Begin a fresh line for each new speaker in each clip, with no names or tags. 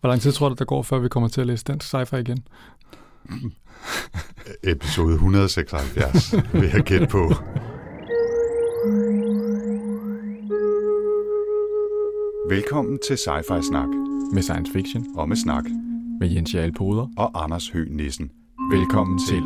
Hvor lang tid tror du, der går, før vi kommer til at læse dansk sci-fi igen?
Episode 176 vil jeg gætte på. Velkommen til Sci-Fi Snak.
Med science fiction.
Og med snak.
Med Jens Jarl Poder.
Og Anders Høgh Nissen.
Velkommen til.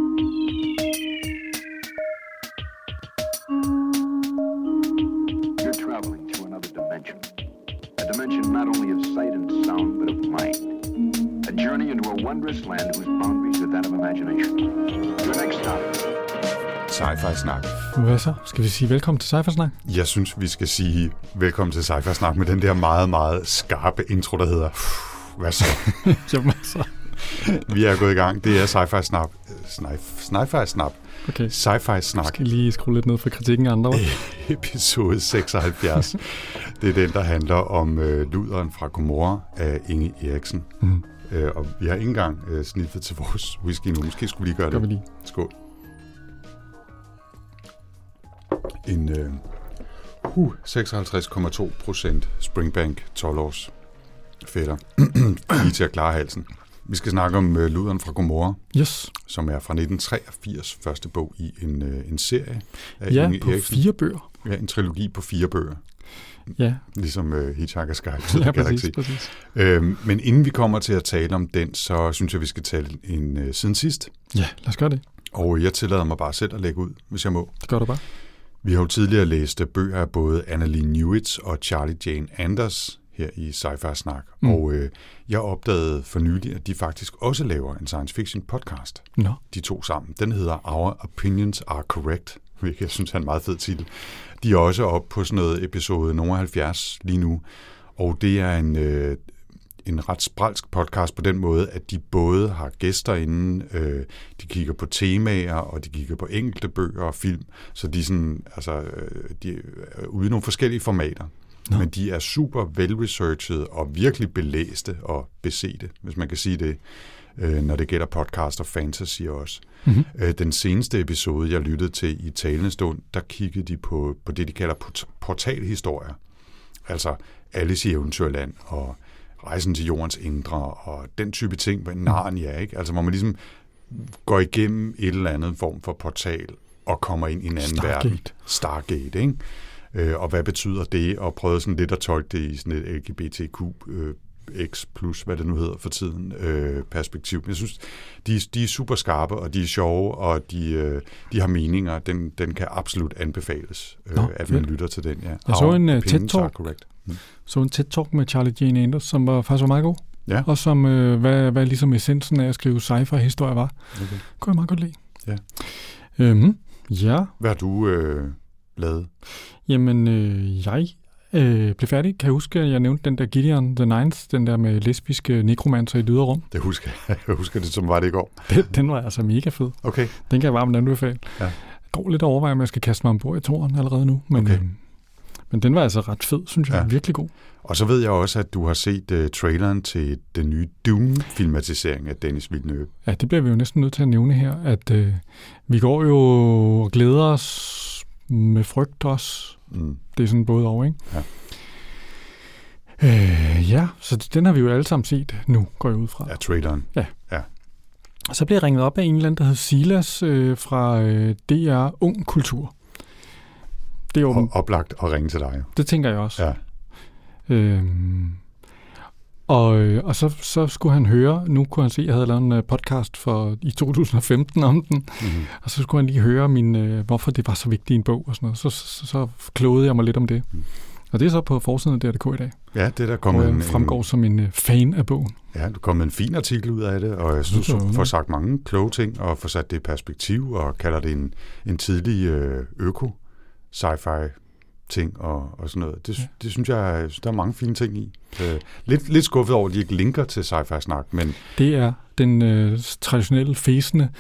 You're traveling to another dimension. A dimension not only of sight and sound, but of mind. A journey into a wondrous land whose boundaries are that of imagination. Your next stop.
Sci-Fi Snak.
Hvad så? Skal vi sige velkommen til Sci-Fi Snak?
Jeg synes, vi skal sige velkommen til Sci-Fi Snak med den der meget, meget skarpe intro, der hedder hvad så?
Jamen så.
Vi er gået i gang. Det er Sci-Fi Snak. Sci-Fi Snak.
Okay.
Sci-Fi Snak.
Jeg skal lige skrue lidt ned for kritikken af andre.
Episode 76. Det er den, der handler om luderen fra Gomorra af Inge Eriksen.
Mm.
Og vi har ikke engang sniffet til vores whisky nu. Måske skulle vi lige gøre det.
Gør vi lige.
Skål. En 56,2% Springbank 12-års fætter. Lige til at klare halsen. Vi skal snakke om luderen fra Gomorra,
yes.
Som er fra 1983, første bog i en serie af
ja,
Inge
på
Eriksen.
4 bøger.
Ja, en trilogi på 4 bøger.
Ja.
Ligesom Hitchhiker's Guide til
ja,
Galaxy.
præcis.
Men inden vi kommer til at tale om den, så synes jeg, vi skal tale en siden sidst.
Ja, lad os gøre det.
Og jeg tillader mig bare selv at lægge ud, hvis jeg må.
Det gør du bare.
Vi har jo tidligere læst bøger af både Annalee Newitz og Charlie Jane Anders her i Sci-Fi Snak. Mm. Og jeg opdagede for nylig, at de faktisk også laver en science fiction podcast.
No.
De to sammen. Den hedder Our Opinions Are Correct, hvilket jeg synes er en meget fed titel. De er også oppe på sådan noget episode 70 lige nu. Og det er en ret spralsk podcast på den måde, at de både har gæster inde, de kigger på temaer, og de kigger på enkelte bøger og film, så de er sådan, de er ude i nogle forskellige formater. No. Men de er super velresearchet og virkelig belæste og besete, hvis man kan sige det, når det gælder podcast og fantasy også. Mm-hmm. Den seneste episode, jeg lyttede til i talende stund, der kiggede de på det, de kalder portalhistorier. Altså Alice i Eventyrland og Rejsen til jordens indre og den type ting, hvor Narnia, ikke? Altså hvor man ligesom går igennem et eller andet form for portal og kommer ind i en anden verden. Stargate, ikke? Og hvad betyder det? Og prøvede sådan lidt at tolke det i sådan et LGBTQ X plus, hvad det nu hedder for tiden, perspektiv. Jeg synes, de er super skarpe, og de er sjove, og de har meninger. Den kan absolut anbefales, at man lytter til den. Ja.
Jeg så en TED-talk. Så en TED-talk med Charlie Jane Anders, som faktisk var meget god. Ja. Og som, hvad ligesom essensen af at skrive sci-fi-historie var. Okay. Kunne jeg meget godt lide.
Ja.
Ja.
Hvad har du lavet?
Jamen, jeg blev færdig. Kan jeg huske, at jeg nævnte den der Gideon the Ninth, den der med lesbiske nekromancer i det ydre rum?
Det husker jeg. Jeg husker det, som var det i går.
Den var altså mega fed.
Okay.
Den kan jeg varmt anbefale. Ja. Jeg går lidt overveje, om jeg skal kaste mig ombord i toren allerede nu. Men, okay. Men den var altså ret fed, synes jeg. Ja. Virkelig god.
Og så ved jeg også, at du har set traileren til den nye Dune-filmatisering af Denis Villeneuve.
Ja, det bliver vi jo næsten nødt til at nævne her, at vi går jo og glæder os med frygt også. Mm. Det er sådan både over, ikke? Ja. Ja, så den har vi jo alle sammen set nu, går jeg ud fra.
Ja, traileren.
Ja. Og så bliver jeg ringet op af en eller anden, der hedder Silas fra DR Ung Kultur. Det er jo
oplagt at ringe til dig.
Det tænker jeg også. Ja. Og så skulle han høre, nu kunne han se, at jeg havde lavet en podcast i 2015 om den, og så skulle han lige høre hvorfor det var så vigtigt i en bog og sådan noget. Så klogede jeg mig lidt om det. Og det er så på forsiden af DR.dk i dag. Ja, det er der kommet fremgår som en fan af bogen.
Ja, du kom med en fin artikel ud af det, og jeg synes, du får sagt mange kloge ting, og får sat det i perspektiv, og kalder det en tidlig øko-sci-fi ting og sådan noget. Det synes jeg, der er mange fine ting i. Lidt skuffet over, at de ikke linker til Sci-Fi Snak, men
det er den traditionelle fæsende,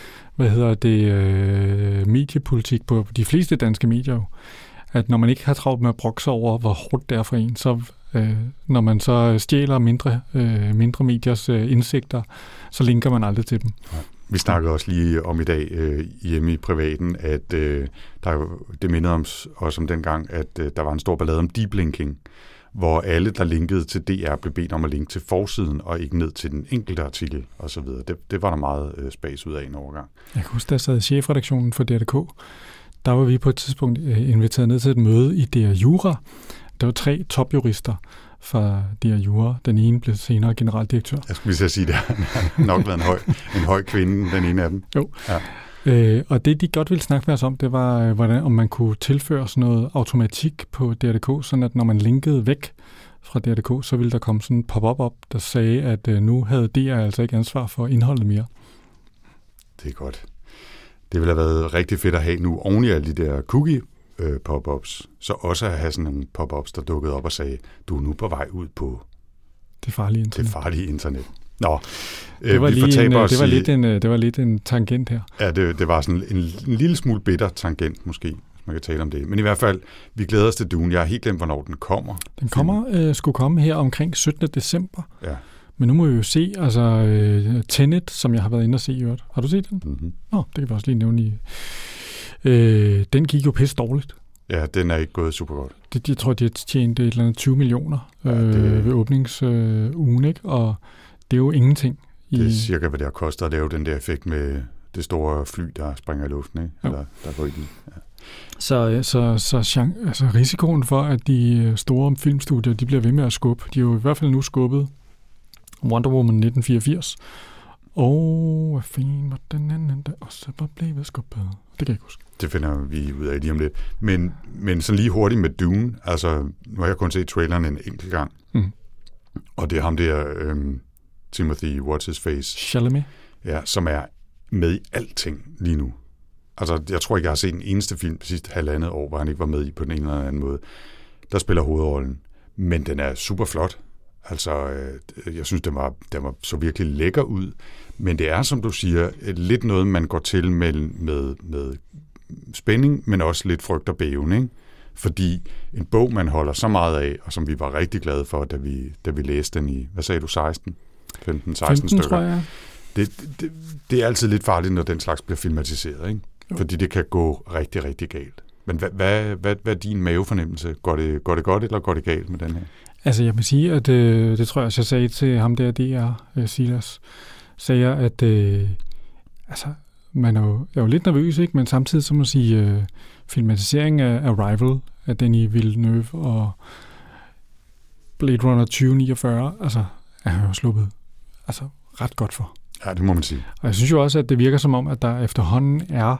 mediepolitik på de fleste danske medier jo. At når man ikke har travlt med at brokse over, hvor hårdt det er for en, så når man så stjæler mindre mediers indsigter, så linker man aldrig til dem.
Ja. Vi snakkede også lige om i dag hjemme i privaten, at det mindede os om dengang, at der var en stor ballade om deep linking. hvor alle, der linkede til DR, blev bedt om at linke til forsiden, og ikke ned til den enkelte artikel osv. Det var der meget spas ud af en overgang.
Jeg kan huske, da jeg sad i chefredaktionen for DR.dk, der var vi på et tidspunkt inviteret ned til et møde i DR Jura. Der var 3 topjurister fra DR Jura. Den ene blev senere generaldirektør.
Jeg skulle lige sige, det har nok været en høj kvinde, den ene af dem.
Jo. Ja. Og det, de godt ville snakke med os om, det var, om man kunne tilføre sådan noget automatik på DR.dk, sådan at når man linkede væk fra DR.dk, så ville der komme sådan en pop-up op, der sagde, at nu havde DR altså ikke ansvar for indholdet mere.
Det er godt. Det ville have været rigtig fedt at have nu oven i alle de der cookie pop-ups, så også at have sådan nogle pop-ups, der dukkede op og sagde, du er nu på vej ud på
det farlige internet.
Nå,
det var lidt en tangent her.
Ja, det var sådan en lille smule bitter tangent måske, hvis man kan tale om det. Men i hvert fald, vi glæder os til Dune. Jeg har helt glemt, hvornår den kommer.
Den skulle komme her omkring 17. december.
Ja.
Men nu må vi jo se, Tenet, som jeg har været inde og se i øvrigt. Har du set den?
Mm-hmm.
Nå, det kan vi også lige nævne i. Den gik jo pisse dårligt.
Ja, den er ikke gået super godt.
Jeg tror, de har tjent et eller andet 20 millioner ved åbningsugen, ikke? Og det er jo ingenting.
Det er cirka, hvad det har kostet at lave den der effekt med det store fly, der springer i luften, ikke? Eller der går i den. Ja.
Så risikoen for, at de store filmstudier, de bliver ved med at skubbe. De er jo i hvert fald nu skubbet Wonder Woman 1984. Og hvad fint var den anden der også var blevet skubbet. Det kan jeg ikke huske.
Det finder vi ud af lige om lidt. Men sådan lige hurtigt med Dune, altså nu har jeg kun set traileren en enkelt gang. Mm. Og det er ham der, Timothy What's-his-face.
Chalamet.
Ja, som er med i alting lige nu. Altså, jeg tror ikke, jeg har set en eneste film sidste halvandet år, hvor han ikke var med i på den ene eller anden måde. Der spiller hovedrollen. Men den er super flot. Altså, jeg synes, den var så virkelig lækker ud. Men det er, som du siger, lidt noget, man går til med spænding, men også lidt frygt og bæven, ikke? Fordi en bog, man holder så meget af, og som vi var rigtig glade for, da vi læste den i, hvad sagde du, 15, 16 stykker. Tror jeg. Det er altid lidt farligt, når den slags bliver filmatiseret, ikke? Jo. Fordi det kan gå rigtig, rigtig galt. Men hvad er din mavefornemmelse? Går det godt, eller går det galt med den her?
Altså, jeg vil sige, at det tror jeg sagde til ham der, DR Silas, sagde jeg, at man er jo lidt nervøs, ikke? Men samtidig, så må man sige, filmatisering af Arrival, af Denis Villeneuve og Blade Runner 2049, altså, er jo sluppet ret godt for.
Ja, det må man sige.
Og jeg synes jo også, at det virker som om, at der efterhånden er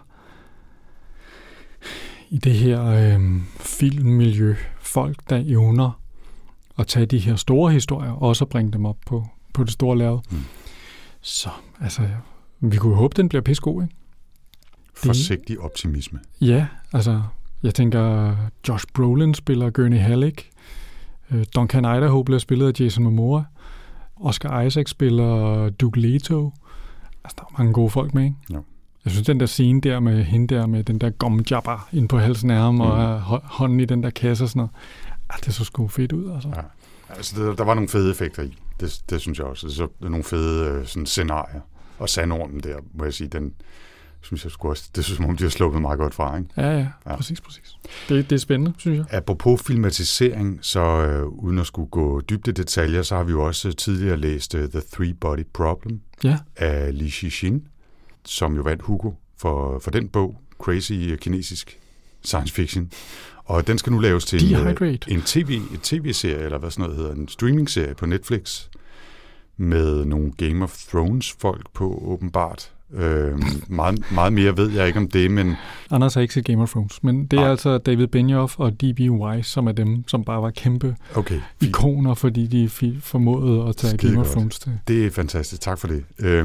i det her filmmiljø folk, der evner at tage de her store historier, og også bringe dem op på det store lærred. Mm. Så, vi kunne håbe, den bliver pissegod, ikke?
Forsigtig optimisme.
Ja, jeg tænker, Josh Brolin spiller Gurney Halleck, Duncan Idaho bliver spillet af Jason Momoa, Oscar Isaac spiller Duke Leto. Der er mange gode folk med, ikke? Ja. Jeg synes, den der scene der med hende der, med den der gomjabba inde på halsen af ham, og hånden i den der kasse og sådan noget. Det så sgu fedt ud, altså.
Ja. Der var nogle fede effekter i. Det synes jeg også. Så nogle fede sådan scenarier. Og sandormen der, må jeg sige, den synes jeg sgu også, det synes jeg, de har sluppet meget godt fra, ikke?
Ja. Præcis. Det er spændende, synes jeg.
Apropos filmatisering, så uden at skulle gå dybt i detaljer, så har vi jo også tidligere læst The Three-Body Problem af Li Shixin, som jo vandt Hugo for den bog, crazy kinesisk science fiction. Og den skal nu laves til en tv-serie, eller hvad sådan noget hedder, en streaming-serie på Netflix, med nogle Game of Thrones-folk på, åbenbart. Meget, meget mere ved jeg ikke om det, men...
Anders har ikke set Game of Thrones, men det er altså David Benioff og D.B. Weiss, som er dem, som bare var kæmpe ikoner, fordi de formåede at tage Game of Thrones til.
Det er fantastisk, tak for det.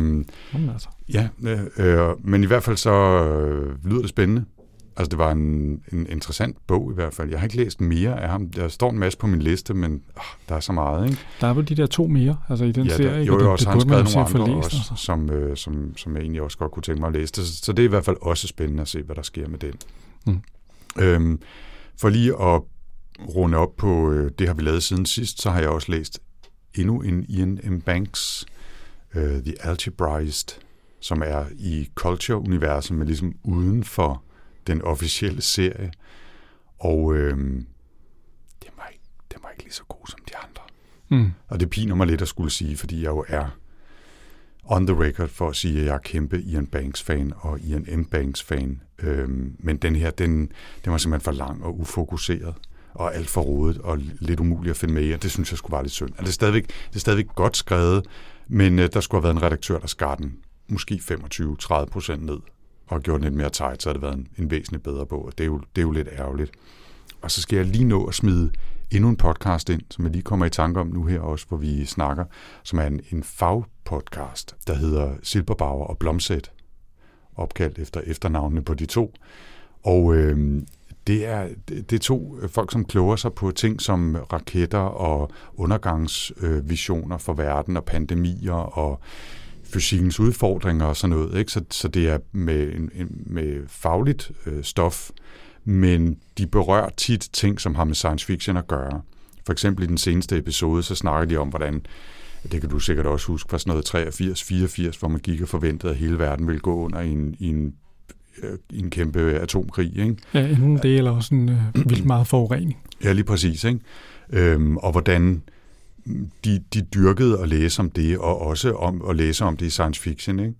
Men i hvert fald så lyder det spændende. Altså, det var en interessant bog i hvert fald. Jeg har ikke læst mere af ham. Der står en masse på min liste, men der er så meget, ikke?
Der er vel de der 2 mere, i den serie.
Jo, også har han skrevet nogle andre også, som jeg egentlig også godt kunne tænke mig at læse. Så det er i hvert fald også spændende at se, hvad der sker med den. Mm. For lige at runde op på det, har vi lavet siden sidst, så har jeg også læst endnu en Ian M. Banks, The Algebraist, som er i Culture-universet, men ligesom uden for den officielle serie, og den var ikke lige så god Og det piner mig lidt at skulle sige, fordi jeg jo er on the record for at sige, at jeg er kæmpe Ian Banks-fan og Ian M. Banks-fan. Men den her, den var simpelthen for lang og ufokuseret og alt for rodet og lidt umuligt at finde med i, og det synes jeg skulle være lidt synd. Altså, det er stadigvæk godt skrevet, men der skulle have været en redaktør, der skar den måske 25-30% ned og gjorde den lidt mere tight, så havde det været en væsentligt bedre bog, og det er jo lidt ærgerligt. Og så skal jeg lige nå at smide endnu en podcast ind, som jeg lige kommer i tanke om nu her også, hvor vi snakker, som er en fagpodcast, der hedder Silberbauer og Blomstedt, opkaldt efter efternavnene på de to. Og det er to folk, som kloger sig på ting som raketter og undergangsvisioner for verden og pandemier og fysikkens udfordringer og sådan noget. Ikke? Så det er med fagligt stof, men de berører tit ting, som har med science fiction at gøre. For eksempel i den seneste episode, så snakker de om, hvordan, det kan du sikkert også huske, fra sådan noget 83-84, hvor man gik og forventede, at hele verden ville gå under i en kæmpe atomkrig. Ikke?
Ja, enten det eller også en vildt meget forurening. Ja,
lige præcis. Ikke? Og hvordan de dyrkede at læse om det, og også om at læse om det i science fiction, ikke?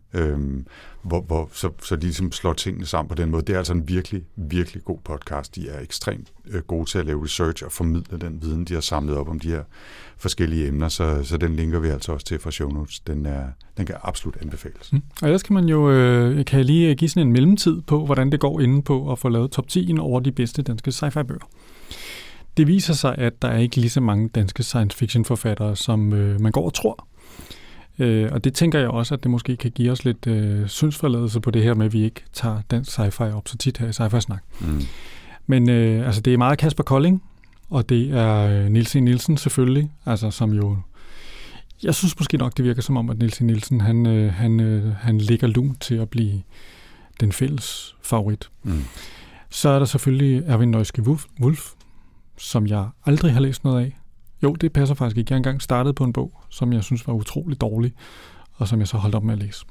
Så de ligesom slår tingene sammen på den måde. Det er altså en virkelig, virkelig god podcast. De er ekstremt gode til at lave research og formidle den viden, de har samlet op om de her forskellige emner, så den linker vi altså også til fra show notes. Den kan absolut anbefales.
Og ellers kan man jo kan jeg lige give sådan en mellemtid på, hvordan det går inde på at få lavet top 10 over de bedste danske sci-fi-bøger. Det viser sig, at der er ikke lige så mange danske science fiction forfattere, som man går og tror. Og det tænker jeg også, at det måske kan give os lidt syndsforladelse på det her med, at vi ikke tager dansk sci-fi op så tit her i Sci-Fi-snak. Men altså, det er meget Kasper Kolding, og det er Niels E. Nielsen selvfølgelig, altså som jo... Jeg synes måske nok, det virker som om, at Niels E. Nielsen, han ligger lunt til at blive den fælles favorit. Så er der selvfølgelig Erwin Neuske Wulff, som jeg aldrig har læst noget af. Jo, det passer faktisk ikke. Jeg engang startede på en bog, som jeg synes var utrolig dårlig, og som jeg så holdt op med at læse.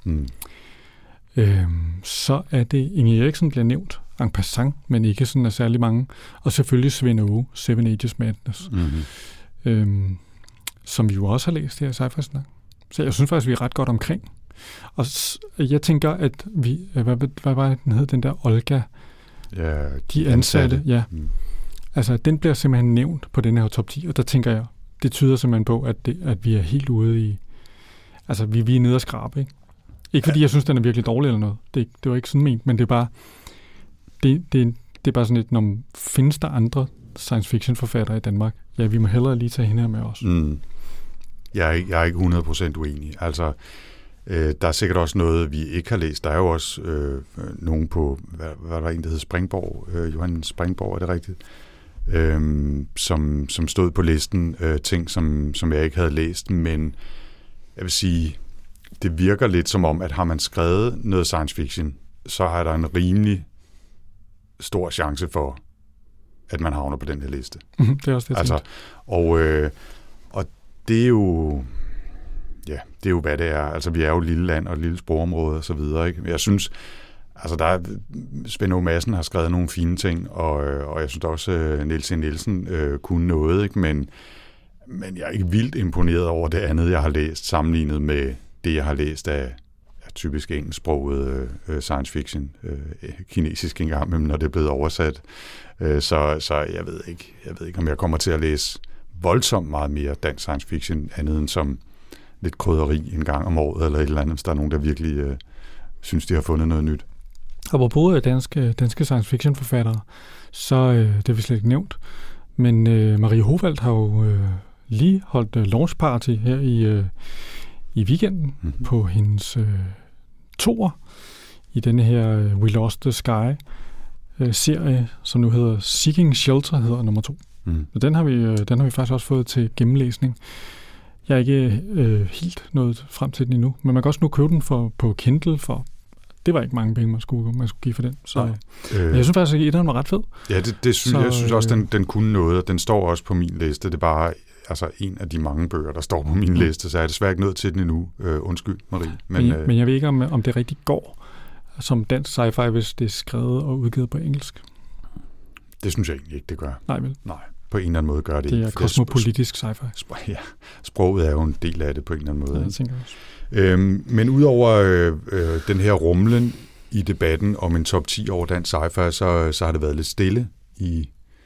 Så er det Inge Eriksen bliver nævnt, en passant, men ikke sådan af særlig mange. Og selvfølgelig Svend Åge, Seven Ages Madness, som vi jo også har læst her i Sci-Fi-snak. Så jeg synes faktisk, vi er ret godt omkring. Og jeg tænker, at vi... Hvad var den hed, den der Olga?
Ja,
de ansatte. Ja. Altså, den bliver simpelthen nævnt på den her top 10, og der tænker jeg, det tyder simpelthen på, at vi er helt ude i... Altså, vi er nede og skrabe, ikke? Ikke fordi jeg synes, den er virkelig dårlig eller noget. Det var ikke sådan ment, men det er bare... Det er bare sådan et, når findes der andre science fiction forfattere i Danmark? Ja, vi må hellere lige tage hende her med os.
Jeg er ikke 100% uenig. Altså, der er sikkert også noget, vi ikke har læst. Der er jo også nogen på, hvad der en, der hedder Springborg, Johan Springborg, er det rigtigt? Som stod på listen, ting, som jeg ikke havde læst, men jeg vil sige, det virker lidt som om, at har man skrevet noget science fiction, så har der en rimelig stor chance for, at man havner på den her liste.
Det er også det,
altså, og det er jo... Ja, det er jo, hvad det er. Altså, vi er jo et lille land og et lille sprogområde og så videre, ikke? Jeg synes, altså, Svend Åge Madsen har skrevet nogle fine ting, og jeg synes også, Niels E. Nielsen kunne noget, ikke? Men jeg er ikke vildt imponeret over det andet, jeg har læst, sammenlignet med det, jeg har læst af typisk engelsksproget science fiction, kinesisk engang, men når det er blevet oversat. Så jeg ved ikke, om jeg kommer til at læse voldsomt meget mere dansk science fiction, andet end som lidt krydderi en gang om året, eller et eller andet, hvis der er nogen, der virkelig synes, de har fundet noget nyt.
Og hvor både danske science fiction forfattere, så det er vi slet ikke nævnt, men Marie Hovald har jo lige holdt launch party her i weekenden på hendes toer i denne her We Lost the Sky serie, som nu hedder Seeking Shelter, hedder nummer 2. Og den har vi faktisk også fået til gennemlæsning. Jeg er ikke helt nået frem til den endnu, men man kan også nu købe den på Kindle for... Det var ikke mange penge, man skulle give for den. Så jeg synes faktisk, at etteren var ret fed.
Ja, jeg synes også, den kunne noget, og den står også på min liste. Det er bare en af de mange bøger, der står på min liste, så jeg er desværre ikke nået til den endnu. Undskyld, Marie.
Men jeg ved ikke, om det rigtig går som dansk sci-fi, hvis det er skrevet og udgivet på engelsk.
Det synes jeg egentlig ikke, det gør.
Nej, vel?
Nej. på en eller anden måde gør det.
Det er kosmopolitisk sci-fi.
Ja, sproget er jo en del af det på en eller anden måde.
Ja, jeg tænker også.
Men udover den her rumlen i debatten om en top 10 over dansk sci-fi, så har det været lidt stille i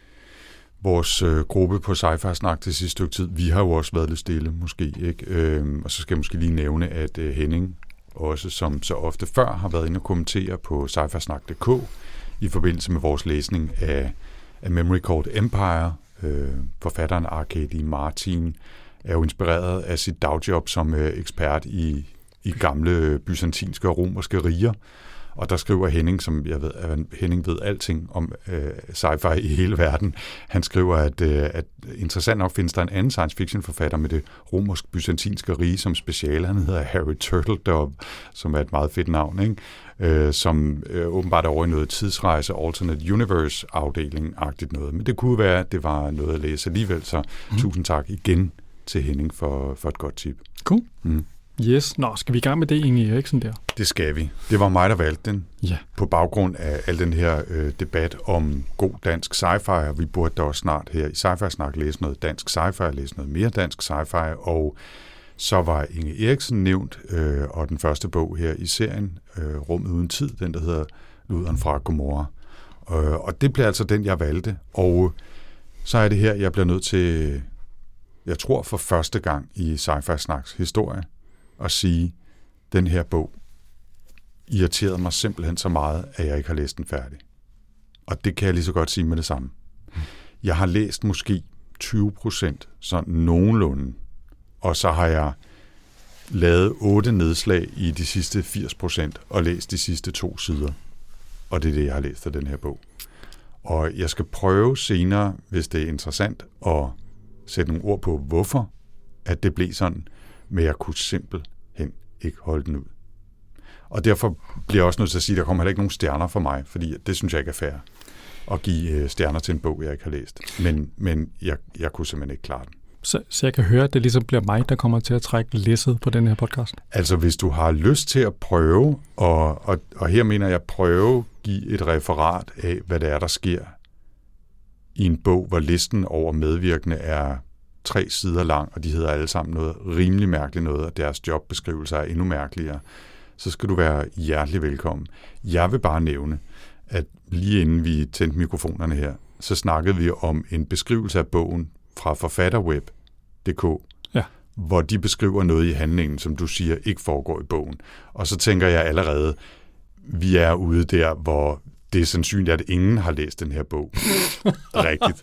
vores gruppe på Sci-Fi Snak det sidste stykke tid. Vi har jo også været lidt stille, måske, ikke? Og så skal jeg måske lige nævne, at Henning også, som så ofte før, har været inde og kommentere på sci-fi-snak.dk i forbindelse med vores læsning af Memory Code Empire. Forfatteren Arkady Martin er jo inspireret af sit dagjob som ekspert i gamle byzantinske og romerske riger. Og der skriver Henning, som jeg ved, at Henning ved alting om sci-fi i hele verden. Han skriver, at interessant nok findes der en anden science fiction forfatter med det romersk-byzantinske rige som speciale. Han hedder Harry Turtledove, som er et meget fedt navn, ikke? Som åbenbart er over i noget tidsrejse, alternate universe afdeling-agtigt noget. Men det kunne være, at det var noget at læse alligevel, så tusind tak igen til Henning for et godt tip.
Cool. Yes. Nå, skal vi i gang med det, Inge Eriksen der?
Det skal vi. Det var mig, der valgte den.
Ja. På
baggrund af al den her debat om god dansk sci-fi, og vi burde da også snart her i Sci-Fi Snak læse noget dansk sci-fi, læse noget mere dansk sci-fi, og så var Inge Eriksen nævnt, og den første bog her i serien, Rummet uden tid, den der hedder Luderen fra Gomorra. Og det blev altså den, jeg valgte, og så er det her, jeg bliver nødt til, jeg tror for første gang i Sci-Fi Snaks historie, at sige, den her bog irriterede mig simpelthen så meget, at jeg ikke har læst den færdig. Og det kan jeg lige så godt sige med det samme. Jeg har læst måske 20%, sådan nogenlunde, og så har jeg lavet 8 nedslag i de sidste 80% og læst de sidste 2 sider. Og det er det, jeg har læst af den her bog. Og jeg skal prøve senere, hvis det er interessant, at sætte nogle ord på, hvorfor at det blev sådan, men jeg kunne simpelthen ikke holde den ud. Og derfor bliver jeg også nødt til at sige, at der kommer heller ikke nogen stjerner for mig, fordi det synes jeg ikke er fair at give stjerner til en bog, jeg ikke har læst. Men jeg kunne simpelthen ikke klare den.
Så jeg kan høre, at det ligesom bliver mig, der kommer til at trække læsset på den her podcast?
Altså, hvis du har lyst til at prøve, og her mener jeg prøve, give et referat af, hvad det er, der sker i en bog, hvor listen over medvirkende er 3 sider lang, og de hedder alle sammen noget rimelig mærkeligt noget, og deres jobbeskrivelser er endnu mærkeligere, så skal du være hjertelig velkommen. Jeg vil bare nævne, at lige inden vi tændte mikrofonerne her, så snakkede vi om en beskrivelse af bogen fra forfatterweb.dk,
ja,
hvor de beskriver noget i handlingen, som du siger, ikke foregår i bogen. Og så tænker jeg allerede, vi er ude der, hvor det er sandsynligt, at ingen har læst den her bog. Rigtigt.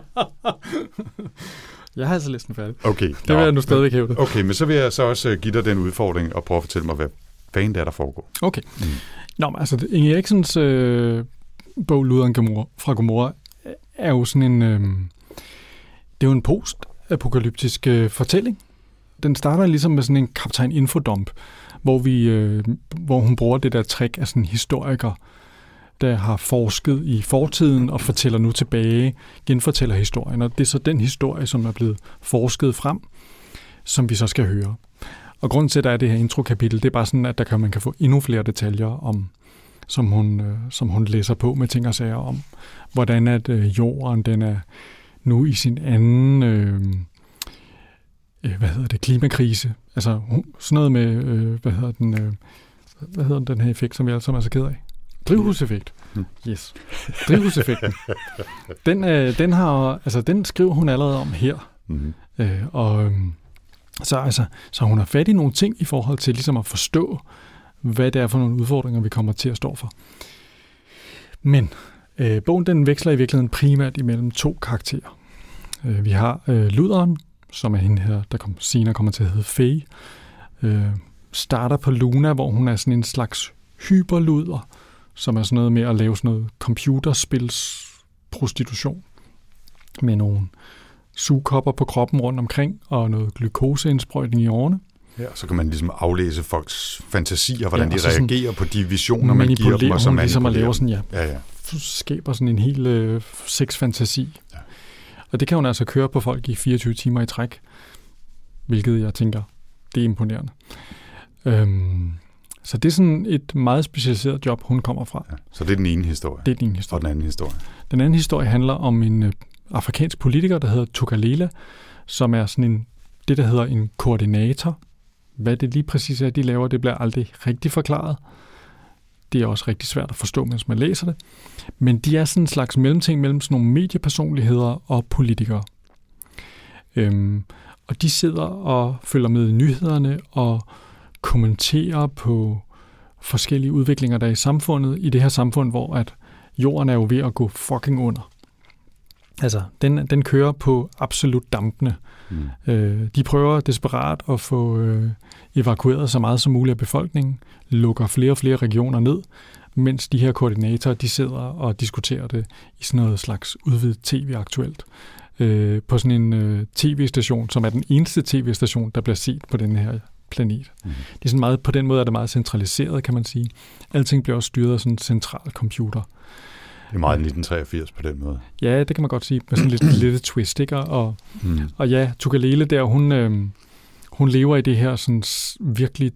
Jeg har altså læst den færdig.
Okay.
Det vil jeg nu stadigvæk hæve det.
Okay, men så vil jeg så også give dig den udfordring og prøve at fortælle mig, hvad fanden der foregår.
Okay. Nå, men altså, Inge Eriksens bog, Luderen fra Gomorra, er jo sådan en... det er jo en post-apokalyptisk fortælling. Den starter ligesom med sådan en kaptajn infodump, hvor hun bruger det der trick af sådan en historiker, der har forsket i fortiden og fortæller nu tilbage, genfortæller historien. Og det er så den historie, som er blevet forsket frem, som vi så skal høre. Og grunden til, at der er det her introkapitel, det er bare sådan, at man kan få endnu flere detaljer om, som hun læser på med ting og sager om, hvordan at jorden den er nu i sin anden klimakrise. Altså sådan noget med, hvad hedder den her effekt, som vi alle sammen er så ked af? Drivhuseffekt. Yes. Drivhuseffekten. Den skriver hun allerede om her. Mm-hmm. Så hun har fat i nogle ting i forhold til ligesom at forstå, hvad det er for nogle udfordringer, vi kommer til at stå for. Men bogen den veksler i virkeligheden primært imellem 2 karakterer. Vi har Luderen, som er hende her, der senere kommer til at hedde Faye. Starter på Luna, hvor hun er sådan en slags hyperluder, som er sådan noget med at lave sådan noget computerspils-prostitution med nogle sugekopper på kroppen rundt omkring og noget glukoseindsprøjtning i årene.
Ja, så kan man ligesom aflæse folks fantasier, hvordan de reagerer på de visioner, man giver dem, og så
ligesom at lave sådan,
ja.
Skaber sådan en hel sexfantasi. Ja. Og det kan hun altså køre på folk i 24 timer i træk, hvilket jeg tænker, det er imponerende. Så det er sådan et meget specialiseret job, hun kommer fra.
Ja, så det er den ene historie.
Det er den ene historie.
Og den anden historie?
Den anden historie handler om en afrikansk politiker, der hedder Tukalela, som er sådan det, der hedder en koordinator. Hvad det lige præcis er, de laver, det bliver aldrig rigtig forklaret. Det er også rigtig svært at forstå, mens man læser det. Men de er sådan en slags mellemting mellem sådan nogle mediepersonligheder og politikere. Og de sidder og følger med i nyhederne og kommenterer på forskellige udviklinger, der er i samfundet. I det her samfund, hvor at jorden er jo ved at gå fucking under. Altså, den kører på absolut dampende. De prøver desperat at få evakueret så meget som muligt af befolkningen, lukker flere og flere regioner ned, mens de her koordinatorer, de sidder og diskuterer det i sådan noget slags udvidet tv aktuelt. På sådan en tv-station, som er den eneste tv-station, der bliver set på den her planet. Det er sådan meget, på den måde er det meget centraliseret, kan man sige. Alting bliver også styret af sådan en central computer.
Det er meget 1983 på den måde.
Ja, det kan man godt sige, med sådan lidt twist, ikke? Og ja, Tukalele der, hun lever i det her sådan virkelig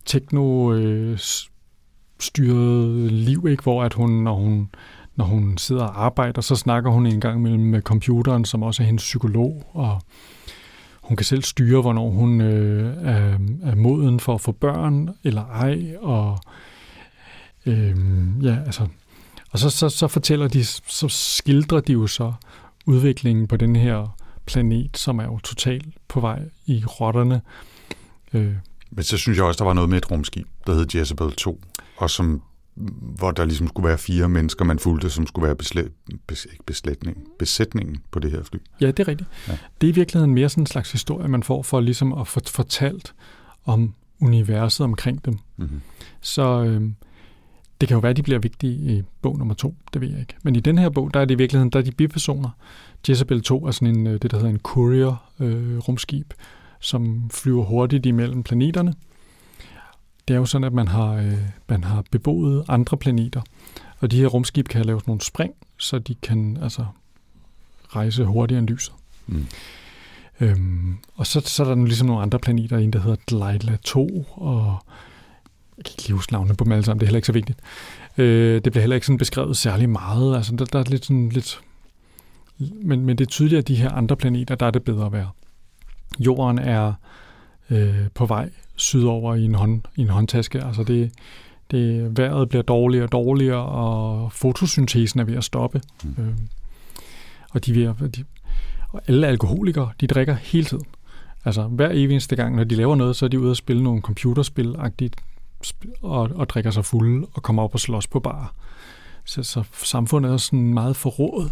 techno-styret liv, ikke? Hvor at hun, når hun sidder og arbejder, så snakker hun en gang med computeren, som også er hendes psykolog, og hun kan selv styre, hvornår hun er moden for at få børn eller ej, og ja, altså. Og så fortæller de, så skildrer de jo så udviklingen på den her planet, som er jo totalt på vej i rotterne.
Men så synes jeg også, der var noget med et rumskib, der hed Jezebel 2, og hvor der ligesom skulle være 4 mennesker, man fulgte, som skulle være besætningen på det her fly.
Ja, det er rigtigt. Ja. Det er i virkeligheden mere sådan en slags historie, man får for ligesom at få fortalt om universet omkring dem. Mm-hmm. Så det kan jo være, at de bliver vigtige i bog nummer 2, det ved jeg ikke. Men i den her bog, der er det i virkeligheden, der er de bipersoner. Jezebel 2 er sådan det, der hedder en courier-rumskib, som flyver hurtigt imellem planeterne. Det er jo sådan, at man har beboet andre planeter, og de her rumskib kan lave sådan nogle spring, så de kan altså rejse hurtigere end lyset. Og så er der ligesom nogle andre planeter, en der hedder Delilah 2, og jeg kan ikke lige huske navnet på dem alle sammen, det er heller ikke så vigtigt. Det bliver heller ikke sådan beskrevet særlig meget, altså der er lidt men det er tydeligt, at de her andre planeter, der er det bedre at være. Jorden er på vej sydover i en håndtaske, altså vejret bliver dårligere og dårligere, og fotosyntesen er ved at stoppe. Og og alle alkoholikere, de drikker hele tiden. Altså hver eneste gang, når de laver noget, så er de ude at spille nogle computerspil-agtigt, og drikker sig fulde og kommer op og slås på bar. Så samfundet er sådan meget forrådet.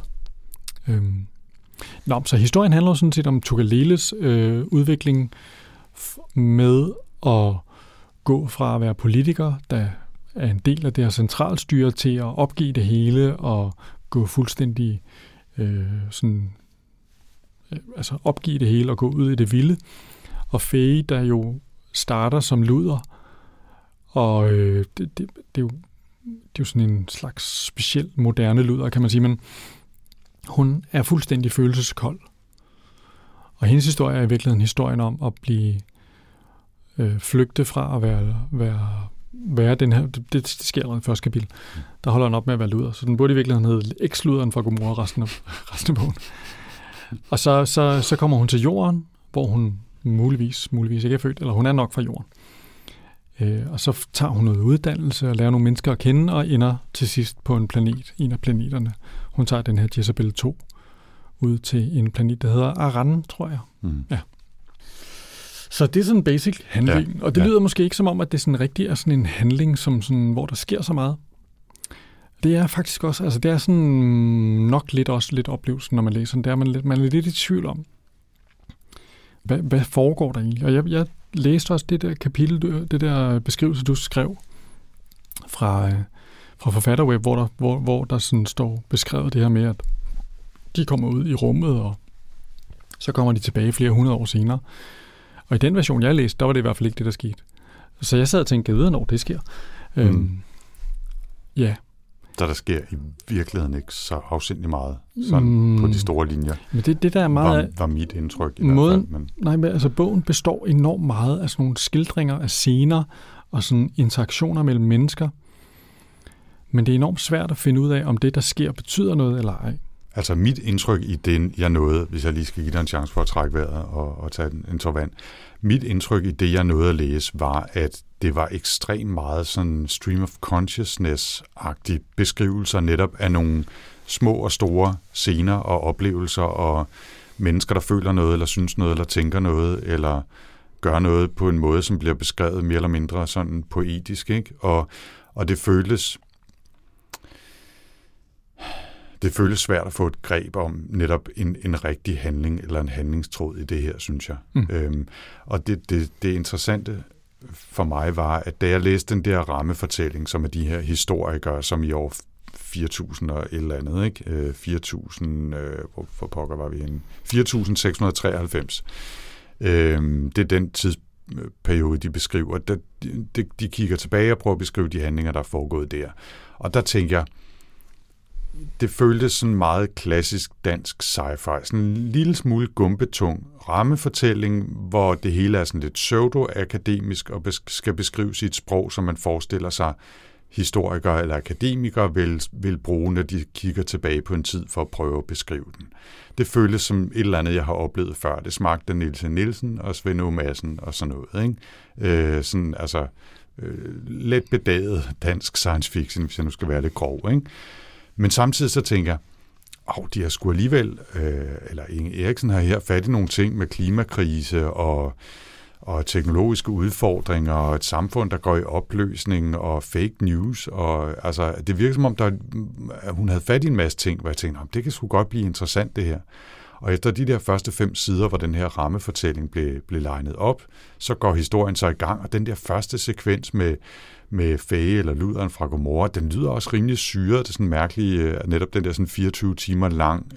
Så historien handler sådan set om Tukaleles udvikling med at gå fra at være politiker, der er en del af det her centralstyre, til at opgive det hele og gå fuldstændig opgive det hele og gå ud i det vilde. Og Faye, der jo starter som luder, og det er jo sådan en slags speciel moderne luder, kan man sige, men hun er fuldstændig følelseskold. Og hendes historie er i virkeligheden historien om at blive flygte fra at være den her. Det sker allerede i første kapitel. Der holder han op med at være luder. Så den burde i virkeligheden hedde Eks-luderen fra Gomorra resten af bogen. Og så kommer hun til jorden, hvor hun muligvis ikke er født, eller hun er nok fra jorden. Og så tager hun noget uddannelse og lærer nogle mennesker at kende, og ender til sidst på en af planeterne. Hun tager den her Jezebel 2 ud til en planet, der hedder Aran, tror jeg. Ja. Så det er sådan en basic handling, og det lyder måske ikke som om, at det sådan rigtig er sådan en handling, som sådan, hvor der sker så meget. Det er faktisk også, altså det er sådan nok lidt oplevelsen, når man læser den. Det er man er lidt i tvivl om, hvad foregår der i. Og jeg læste også det der kapitel, det der beskrivelse, du skrev fra Forfatterweb, hvor der sådan står beskrevet det her med, at de kommer ud i rummet, og så kommer de tilbage flere hundrede år senere. Og i den version, jeg læste, der var det i hvert fald ikke det, der skete. Så jeg sad og tænkte, jeg ved, når det sker. Ja. Der
sker i virkeligheden ikke så afsindigt meget sådan på de store linjer.
Men det der er meget
var mit indtryk i hvert fald. Men...
Nej, men altså bogen består enormt meget af sådan nogle skildringer af scener og sådan interaktioner mellem mennesker. Men det er enormt svært at finde ud af, om det, der sker, betyder noget eller ej.
Altså mit indtryk i det, jeg nåede, hvis jeg lige skal give dig en chance for at trække vejret og tage en tår vand. Mit indtryk i det, jeg nåede at læse, var, at det var ekstremt meget sådan stream of consciousness-agtige beskrivelser netop af nogle små og store scener og oplevelser og mennesker, der føler noget, eller synes noget, eller tænker noget, eller gør noget på en måde, som bliver beskrevet mere eller mindre sådan poetisk, ikke? Og det føles svært at få et greb om netop en rigtig handling eller en handlingstråd i det her, synes jeg. Og det interessante for mig var, at da jeg læste den der rammefortælling, som er de her historikere, som i år 4.000 og et eller andet, ikke? 4.000, hvor pokker var vi henne? 4.693. Det er den tidsperiode, de beskriver. De kigger tilbage og prøver at beskrive de handlinger, der er foregået der. Og der tænker jeg, det føltes sådan meget klassisk dansk sci-fi. Sådan en lille smule gumbetung rammefortælling, hvor det hele er sådan lidt pseudo-akademisk og skal beskrives i et sprog, som man forestiller sig historikere eller akademikere vil bruge, når de kigger tilbage på en tid for at prøve at beskrive den. Det føles som et eller andet, jeg har oplevet før. Det smagte Nielsen og Svend Åge Madsen og sådan noget, ikke? Sådan, altså, let bedaget dansk science fiction, hvis jeg nu skal være lidt grov, ikke? Men samtidig så tænker jeg, de har sgu alligevel, eller Inge Eriksen har her fat i nogle ting med klimakrise og teknologiske udfordringer og et samfund, der går i opløsning og fake news. Og, altså, det virker som om, hun havde fat i en masse ting, hvor jeg tænkte, det kan sgu godt blive interessant det her. Og efter de der første 5 sider, hvor den her rammefortælling blev legnet op, så går historien så i gang, og den der første sekvens med Faye eller Luderen fra Gomorra, den lyder også rimelig syret. Det er sådan mærkeligt, netop den der sådan 24 timer lang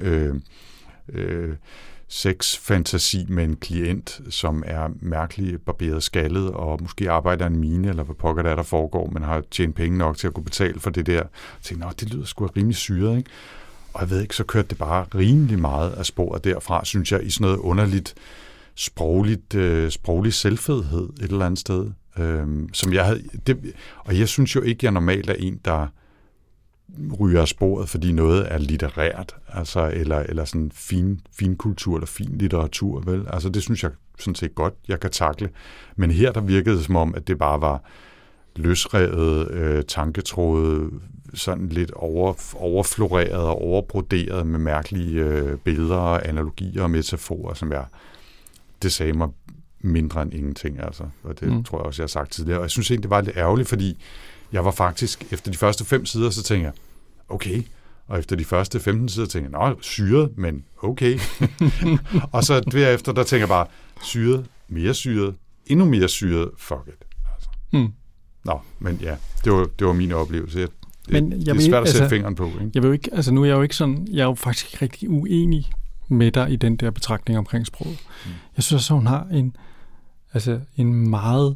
sexfantasi med en klient, som er mærkeligt barberet skaldet, og måske arbejder en mine, eller hvad pokker der foregår, men har tjent penge nok til at kunne betale for det der. Jeg tænkte, det lyder sgu rimelig syret, ikke? Og jeg ved ikke, så kørte det bare rimelig meget af sporet derfra, synes jeg, i sådan noget underligt, sproglig selvfedhed et eller andet sted. Som jeg havde, og jeg synes jo ikke, jeg normalt er en, der ryger af sporet, fordi noget er litterært, altså, eller sådan fin kultur eller fin litteratur, vel? Altså det synes jeg sådan set godt, jeg kan takle. Men her der virkede det som om, at det bare var løsrevet, tanketråde, sådan lidt overfloreret og overbroderet med mærkelige billeder og analogier og metaforer, som det sagde mig mindre end ingenting, altså. Og det tror jeg også, jeg har sagt tidligere. Og jeg synes egentlig, det var lidt ærgerligt, fordi jeg var faktisk, efter de første 5 sider, så tænkte jeg, okay. Og efter de første 15 sider tænkte jeg, syret, men okay. Og så derefter, der tænker jeg bare, syret, mere syret, endnu mere syret, fuck it. Altså. Men ja, det var min oplevelse. Det er svært at sætte fingeren på, ikke?
Jeg vil ikke, altså nu er jeg jo ikke sådan, jeg er jo faktisk rigtig uenig med dig i den der betragtning omkring sproget. Jeg synes også, hun har en meget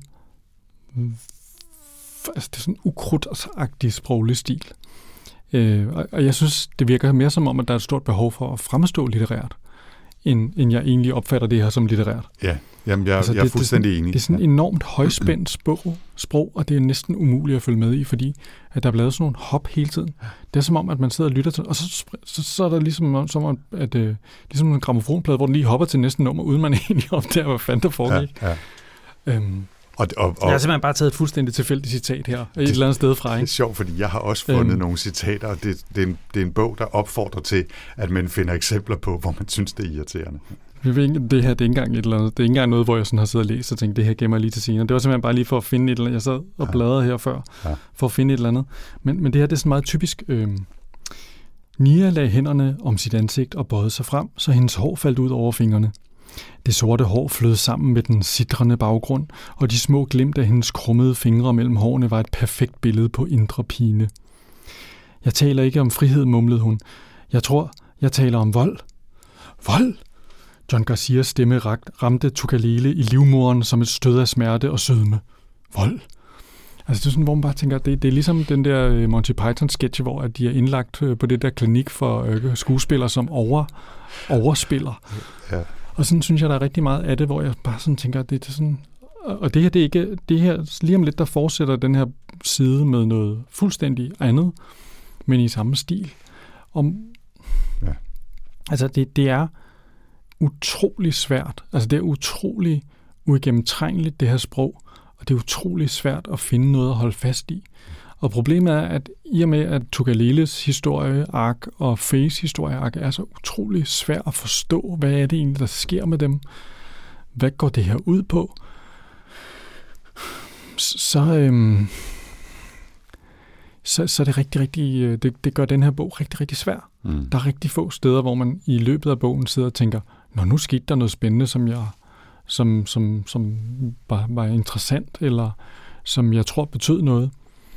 det er sådan ukrudtagtig sproglig stil. Og jeg synes, det virker mere som om, at der er et stort behov for at fremstå litterært, end jeg egentlig opfatter det her som litterært.
Ja, jamen jeg er fuldstændig enig.
Det er sådan enormt højspændt sprog, og det er næsten umuligt at følge med i, fordi at der er lavet sådan nogle hop hele tiden. Det er som om, at man sidder og lytter til, og så er der ligesom en grammofonplade, hvor den lige hopper til næste nummer, uden man egentlig opdager, hvad fanden der foregik. Ja. Og jeg har simpelthen bare taget et fuldstændig tilfældigt citat her, et eller andet sted fra. Ikke?
Det er sjovt, fordi jeg har også fundet nogle citater, og det er en bog, der opfordrer til, at man finder eksempler på, hvor man synes, det er irriterende.
Det her det er ikke engang et eller andet. Det er ikke engang noget, hvor jeg sådan har siddet og læst og tænkt, det her gemmer jeg lige til senere. Det var simpelthen bare lige for at finde et eller andet. Jeg sad og bladrede her før, for at finde et eller andet. Men det her, det er sådan meget typisk. Nia lagde hænderne om sit ansigt og bøjede sig frem, så hendes hår faldt ud over fingrene. Det sorte hår flød sammen med den sitrende baggrund, og de små glimt af hendes krummede fingre mellem hårene var et perfekt billede på indre pine. Jeg taler ikke om frihed, mumlede hun. Jeg tror, jeg taler om vold. Vold? John Garcias stemme ramte Tukalele i livmoderen som et stød af smerte og sødme. Vold? Altså det er sådan, hvor man bare tænker, det er ligesom den der Monty Python-sketch, hvor at de er indlagt på det der klinik for skuespillere, som overspiller. Ja. Og sådan synes jeg, der er rigtig meget af det, hvor jeg bare sådan tænker, at det er sådan... Og det her, det er ikke... Det her, lige om lidt, der fortsætter den her side med noget fuldstændig andet, men i samme stil. Altså, det er utrolig svært. Altså, det er utrolig uigennemtrængeligt, det her sprog, og det er utrolig svært at finde noget at holde fast i. Og problemet er, at i og med, at Tukaleles historieark og Fays historieark er så utrolig svært at forstå, hvad er det egentlig, der sker med dem? Hvad går det her ud på? Så er det rigtig, det gør den her bog rigtig, rigtig svær. Der er rigtig få steder, hvor man i løbet af bogen sidder og tænker, nu skete der noget spændende, som var interessant, eller som jeg tror betød noget.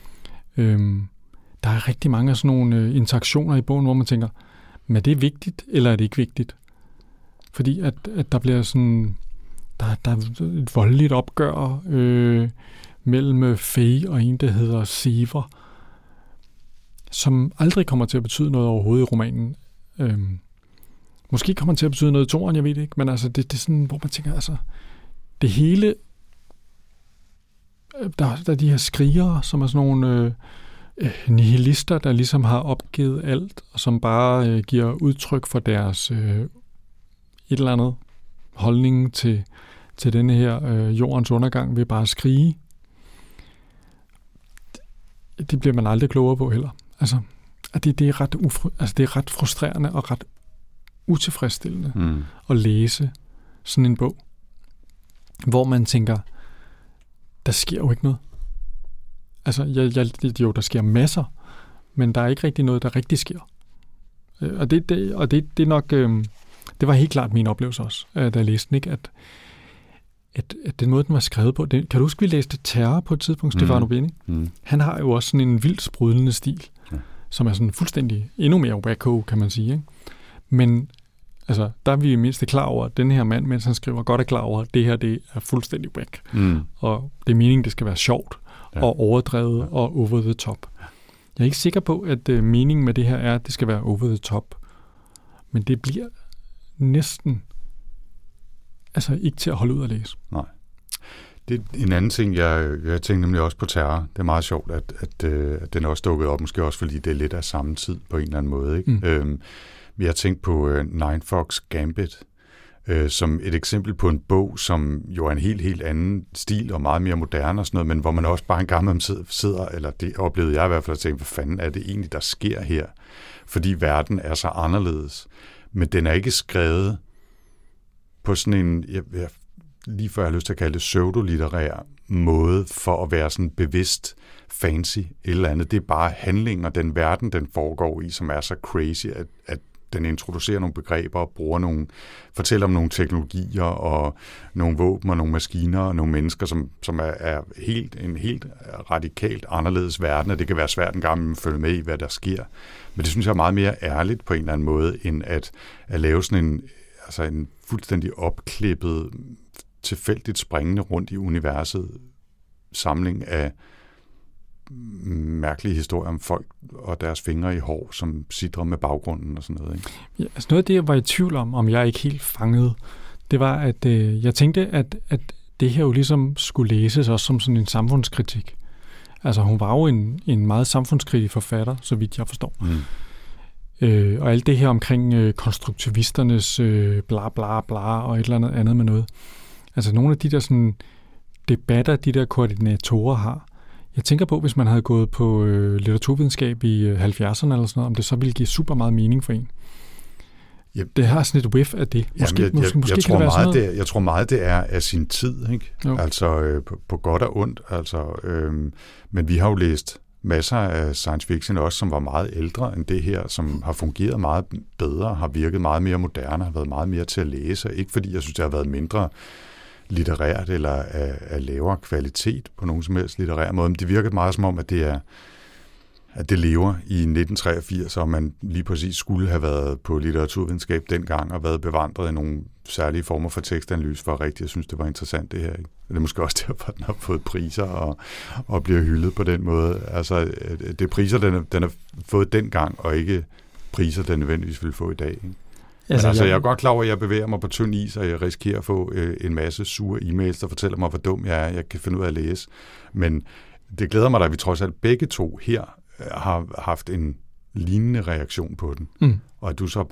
Der er rigtig mange af sådan nogle interaktioner i bogen, hvor man tænker, men er det vigtigt, eller er det ikke vigtigt? Fordi at der bliver sådan, der er et voldeligt opgør mellem Fay og en, der hedder Sever, som aldrig kommer til at betyde noget overhovedet i romanen. Måske kommer til at betyde noget i toren, jeg ved ikke, men altså det er sådan, hvor man tænker, altså det hele, der er de her skrigere, som er sådan nogle nihilister, der ligesom har opgivet alt, og som bare giver udtryk for deres et eller andet holdning til denne her jordens undergang ved bare at skrige. Det bliver man aldrig klogere på heller. Altså, at det er ret frustrerende og ret utilfredsstillende at læse sådan en bog, hvor man tænker, der sker jo ikke noget. Altså, jo, der sker masser, men der er ikke rigtig noget, der rigtig sker. Og det er nok, det var helt klart min oplevelse også, da jeg læste den, ikke? At den måde, den var skrevet på, kan du huske, vi læste Terror på et tidspunkt, Stefano Benni? Han har jo også sådan en vildt sprudlende stil, som er sådan fuldstændig endnu mere wacko, kan man sige, ikke? Men altså, der er vi mindst klar over, at den her mand, mens han skriver, godt er klar over, at det her, det er fuldstændig whack. Og det er meningen, det skal være sjovt og overdrevet og over the top. Jeg er ikke sikker på, at meningen med det her er, at det skal være over the top. Men det bliver næsten altså ikke til at holde ud at læse.
Nej. Det er en anden ting, jeg tænkte nemlig også på Terror. Det er meget sjovt, at den også dukkede op, måske også fordi det er lidt af samme tid på en eller anden måde. Ikke? Vi har tænkt på Nine Fox Gambit som et eksempel på en bog, som jo er en helt anden stil og meget mere moderne og sådan noget, men hvor man også bare en gang sidder, eller det oplevede jeg i hvert fald, at tænke, hvad fanden er det egentlig, der sker her? Fordi verden er så anderledes. Men den er ikke skrevet på sådan en, lige før jeg har lyst til at kalde det pseudolitterær måde, for at være sådan bevidst fancy eller andet. Det er bare handlinger, den verden, den foregår i, som er så crazy, at den introducerer nogle begreber og fortæller om nogle teknologier og nogle våben og nogle maskiner og nogle mennesker, som er en helt radikalt anderledes verden, og det kan være svært en gang at følge med i, hvad der sker. Men det synes jeg er meget mere ærligt på en eller anden måde, end at lave sådan en fuldstændig opklippet, tilfældigt springende rundt i universet samling af mærkelige historier om folk og deres fingre i hår, som sidder med baggrunden og sådan noget. Ikke?
Ja, altså noget af det, jeg var i tvivl om jeg ikke helt fangede, det var, at jeg tænkte, at det her jo ligesom skulle læses også som sådan en samfundskritik. Altså hun var jo en meget samfundskritisk forfatter, så vidt jeg forstår. Og alt det her omkring konstruktivisternes bla bla bla og et eller andet med noget. Altså nogle af de der sådan debatter, de der koordinatorer har. Jeg tænker på, hvis man havde gået på litteraturvidenskab i 70'erne eller sådan noget, om det så ville give super meget mening for en. Yep. Det har sådan et whiff af det.
Jeg tror meget, det er af sin tid, ikke? Jo. Altså på godt og ondt. Altså, men vi har jo læst masser af science fiction også, som var meget ældre end det her, som har fungeret meget bedre, har virket meget mere moderne, har været meget mere til at læse. Ikke fordi jeg synes, det har været mindre litterært eller af lavere kvalitet på nogen som helst litterær måde, men det virker meget som om, at det lever i 1983, og man lige præcis skulle have været på litteraturvidenskab dengang og været bevandret i nogle særlige former for tekstanalyse for rigtigt. Jeg synes, det var interessant det her. Ikke? Det er måske også derfor, at den har fået priser og bliver hyldet på den måde. Altså, det er priser, den har fået dengang, og ikke priser, den nødvendigvis vil få i dag. Ikke? Altså, jeg er godt klar over, at jeg bevæger mig på tynd is, og jeg risikerer at få en masse sure e-mails, der fortæller mig, hvor dum jeg er. Jeg kan finde ud af at læse. Men det glæder mig da, at vi trods alt begge to her har haft en lignende reaktion på den. Og at du så bare har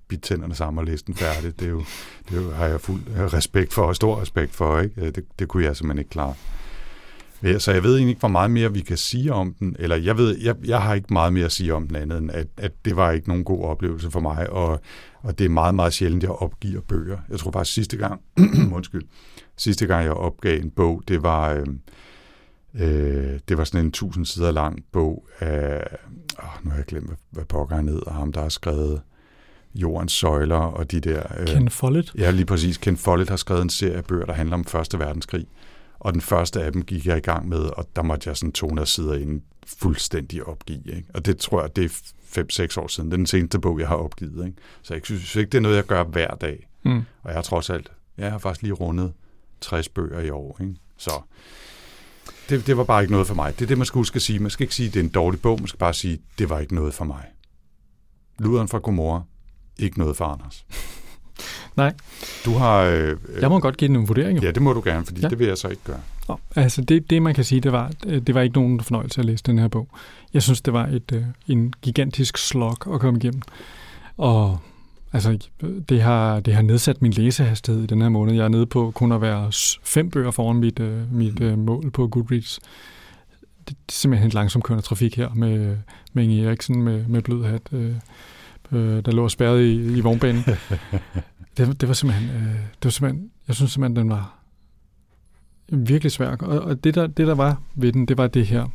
bidt tænderne sammen og læse den færdig. Det har jeg fuld respekt for, og stor respekt for, ikke? Det kunne jeg simpelthen ikke klare. Så jeg ved egentlig ikke, hvor meget mere vi kan sige om den, eller jeg har ikke meget mere at sige om den andet, end at det var ikke nogen god oplevelse for mig, og det er meget, meget sjældent, jeg opgiver bøger. Jeg tror faktisk sidste gang jeg opgav en bog, det var sådan en 1000 sider lang bog af, nu har jeg glemt, hvad pokker han hed, og ham, der har skrevet Jordens søjler, og de der...
Ken Follett?
Ja, lige præcis. Ken Follett har skrevet en serie bøger, der handler om 1. verdenskrig. Og den første af dem gik jeg i gang med, og der måtte jeg sådan 200 sider inden fuldstændig opgive. Ikke? Og det tror jeg, det er 5-6 år siden. Det er den seneste bog, jeg har opgivet. Ikke? Så jeg synes ikke, det er noget, jeg gør hver dag. Og jeg har trods alt, jeg har faktisk lige rundet 60 bøger i år. Ikke? Så det var bare ikke noget for mig. Det er det, man skal huske at sige. Man skal ikke sige, at det er en dårlig bog. Man skal bare sige, at det var ikke noget for mig. Luderen fra Gomorra, ikke noget for Anders.
Nej.
Du har...
jeg må godt give den en vurdering.
Ja, det må du gerne, fordi det vil jeg så ikke gøre.
Altså det man kan sige, det var ikke nogen fornøjelse at læse den her bog. Jeg synes, det var en gigantisk slog at komme igennem. Og altså, det har nedsat min læsehastighed i den her måned. Jeg er nede på kun at være 5 bøger foran mit mål på Goodreads. Det er simpelthen en langsomkørende trafik her med Inge Eriksen med blød hat, der lå spærret i vognbanen. Det var simpelthen, jeg synes simpelthen, den var virkelig svær. Og det der var ved den, det var det her.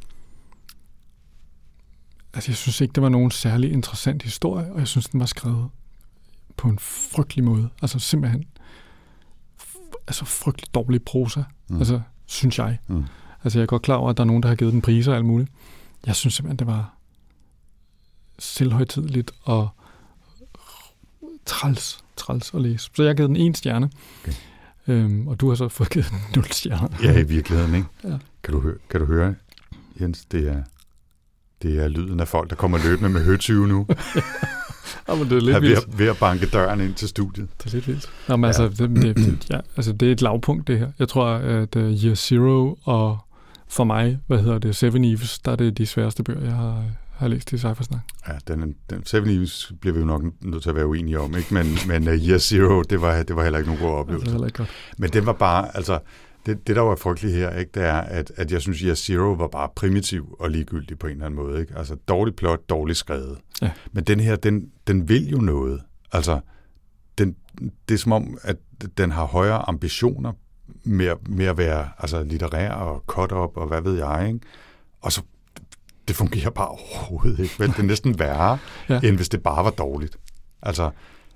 Altså, jeg synes ikke, det var nogen særlig interessant historie, og jeg synes, den var skrevet på en frygtelig måde. Altså, simpelthen frygtelig dårlig prosa, altså, synes jeg. Altså, jeg er godt klar over, at der er nogen, der har givet den priser og alt muligt. Jeg synes simpelthen, det var selvhøjtideligt og træls at læse. Så jeg har givet den 1 stjerne. Okay. Og du har så fået givet den 0 stjerner.
Ja, i virkeligheden, ikke?
Ja.
Kan du høre, Jens? Det er lyden af folk, der kommer løbende med høtyve nu.
Ja, men det er lidt vildt.
Ved at banke døren ind til studiet.
Det er lidt vildt. Nå, men altså, det er et lavpunkt, det her. Jeg tror, at Year Zero og for mig, 7 Eves, der er det de sværeste bøger, jeg har læst i Cyphersnak. Ja,
den 7 Eves bliver vi jo nok nødt til at være uenige om, ikke? Men Year Zero, det var heller ikke nogen god oplevelse.
Det var heller ikke godt.
Men den var bare, altså, det der var frygteligt her, ikke, det er, at jeg synes, Year Zero var bare primitiv og ligegyldig på en eller anden måde, ikke? Altså, dårligt plot, dårligt skrevet. Ja. Men den her, den vil jo noget. Altså, det er som om, at den har højere ambitioner med at være altså, litterær og cut-up og hvad ved jeg, ikke? Og så det fungerer bare overhovedet ikke. Vel, det er næsten værre, end hvis det bare var dårligt. Altså,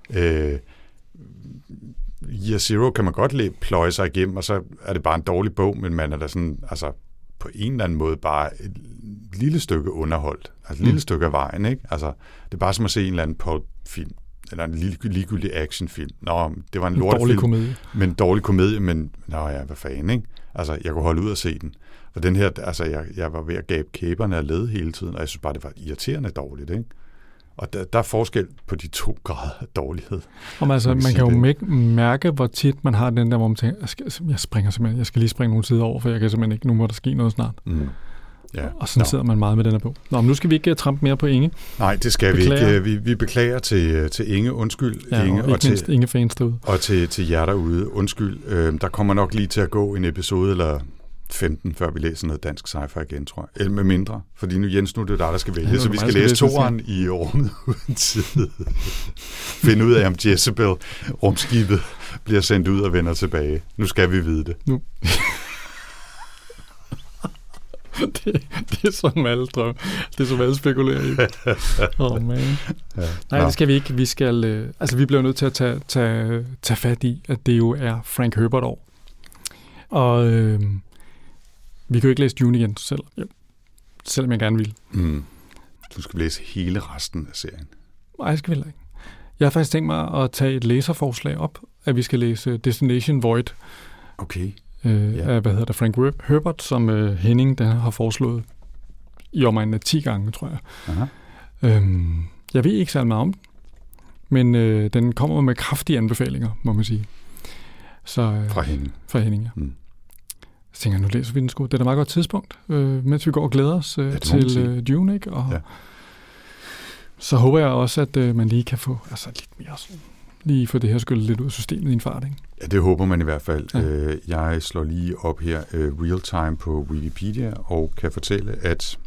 Year Zero kan man godt pløje sig igennem, og så er det bare en dårlig bog, men man er da sådan, altså, på en eller anden måde bare et lille stykke underholdt. Altså et lille stykke af vejen, ikke? Altså, det er bare som at se en eller anden pulp-film, eller en ligegyldig actionfilm. Nå, det var en lortefilm. Men dårlig komedie, men hvad fanden, ikke? Altså, jeg kunne holde ud og se den. For den her, altså, jeg var ved at gabe kæberne af led hele tiden, og jeg synes bare, det var irriterende dårligt, ikke? Og der er forskel på de 2 grader af dårlighed. Altså,
man kan jo mærke, hvor tit man har den der, hvor man tænker, jeg skal lige springe nogle sider over, for jeg kan simpelthen ikke, nu må der ske noget snart. Ja. Og sådan sidder man meget med den her bog. Nå, men nu skal vi ikke trampe mere på Inge.
Nej, det skal vi ikke. Vi beklager til Inge. Undskyld, Inge.
Og ikke mindst Inge-fans derude.
Og til jer derude. Undskyld. Der kommer nok lige til at gå en episode eller 15, før vi læser noget dansk sci-fi igen, tror jeg. Eller med mindre. Fordi nu, Jens, nu er det der skal vælge, så vi skal læse 2'eren i rummet uden tid. Finde ud af, om Jezebel, rumskibet, bliver sendt ud og vender tilbage. Nu skal vi vide det. Nu. Det er som alle drøm. Det er som alle spekulerer i.
Man. Ja. Nej, det skal vi ikke. Vi skal, vi bliver nødt til at tage fat i, at det jo er Frank Herbert-år. Og vi kan jo ikke læse Dune igen, selvom jeg gerne vil.
Du skal læse hele resten af serien.
Nej, jeg skal heller ikke. Jeg har faktisk tænkt mig at tage et læserforslag op, at vi skal læse Destination Void.
Okay.
Af, Frank Herbert, som Henning der har foreslået i omegnen af 10 gange, tror jeg. Jeg ved ikke særlig meget om den, men den kommer med kraftige anbefalinger, må man sige. Så, fra Henning, ja. Så tænker jeg, nu læser vi den sgu. Det er da meget godt tidspunkt, mens vi går og glæder os til Dune, ikke? Og Så håber jeg også, at man lige kan få lidt mere sådan, lige få det her skyllet lidt ud af systemet i en fart, ikke?
Ja, det håber man i hvert fald.
Ja.
Jeg slår lige op her real time på Wikipedia og kan fortælle, at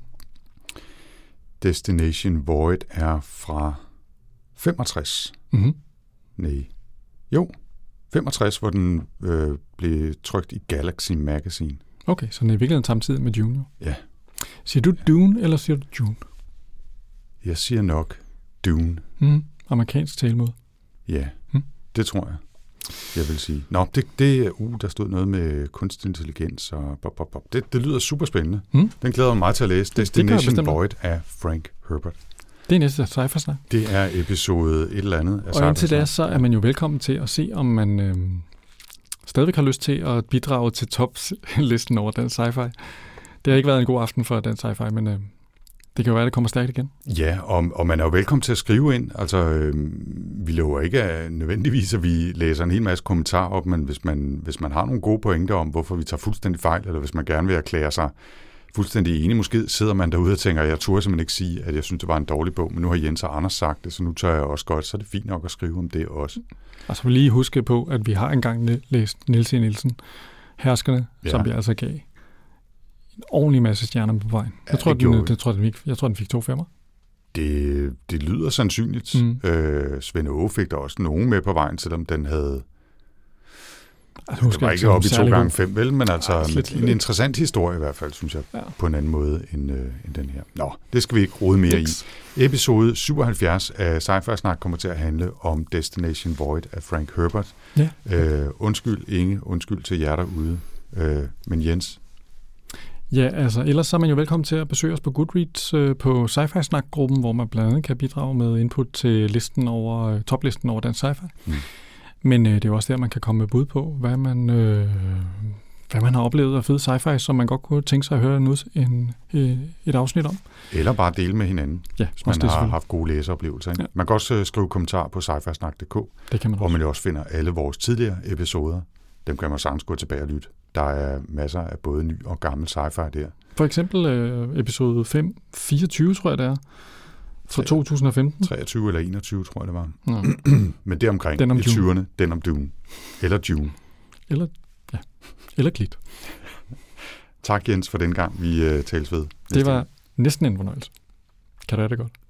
Destination Void er fra 65.
Mm-hmm.
Nej. Jo, 65, hvor den blev trykt i Galaxy Magazine.
Okay, så den er i virkeligheden samtidig med Dune, jo.
Ja.
Siger du Dune, eller siger du Dune?
Jeg siger nok Dune.
Amerikansk talemåde.
Ja, det tror jeg vil sige. Nå, der stod noget med kunstig intelligens og Det lyder super spændende. Den glæder mig meget til at læse. Destination Void af Frank Herbert.
Det er næste sci-fi-snak.
Det er episode et eller andet af
og indtil da, så er man jo velkommen til at se, om man stadigvæk har lyst til at bidrage til toplisten over dansk sci-fi. Det har ikke været en god aften for dansk sci-fi, men det kan jo være, at det kommer stærkt igen.
Ja, og man er jo velkommen til at skrive ind. Altså, vi lover ikke nødvendigvis, at vi læser en hel masse kommentarer op, men hvis man har nogle gode pointer om, hvorfor vi tager fuldstændig fejl, eller hvis man gerne vil erklære sig fuldstændig enig, måske sidder man derude og tænker, jeg turde simpelthen ikke sige, at jeg synes, det var en dårlig bog, men nu har Jens og Anders sagt det, så nu tør jeg også godt, så er det fint nok at skrive om det også.
Og så vil lige huske på, at vi har engang læst Niels E. Nielsen, Herskerne, som vi altså gav en ordentlig masse stjerner på vejen.
Ja,
jeg tror, den fik 2 femmer.
Det lyder sandsynligt. Svend Åge fik der også nogen med på vejen, selvom den havde... Det var ikke oppe i 2x5, vel? Men en interessant historie i hvert fald, synes jeg, på en anden måde end den her. Nå, det skal vi ikke rode mere i. Episode 77 af Sci-Fi Snak kommer til at handle om Destination Void af Frank Herbert.
Ja.
Undskyld Inge, undskyld til jer derude. Men Jens?
Ja, altså ellers så er man jo velkommen til at besøge os på Goodreads på Sci-Fi Snak-gruppen, hvor man blandt andet kan bidrage med input til toplisten over dansk sci-fi. Men det er jo også der, man kan komme med bud på, hvad man har oplevet af fed sci-fi, som man godt kunne tænke sig at høre et afsnit om.
Eller bare dele med hinanden, hvis man har haft gode læseoplevelser. Ikke?
Ja.
Man kan også skrive kommentarer på sci-fi-snak.dk, hvor man jo også finder alle vores tidligere episoder. Dem kan man sagtens gå tilbage og lytte. Der er masser af både ny og gammel sci-fi der.
For eksempel episode 524, tror jeg det er, fra 2015.
23 eller 21, tror jeg det var.
Ja.
Men det omkring i 20'erne, den om Dune. Eller Dune.
Eller Klit.
Tak Jens for den gang, vi tales ved.
Det var næsten en fornøjelse. Kan du have det godt?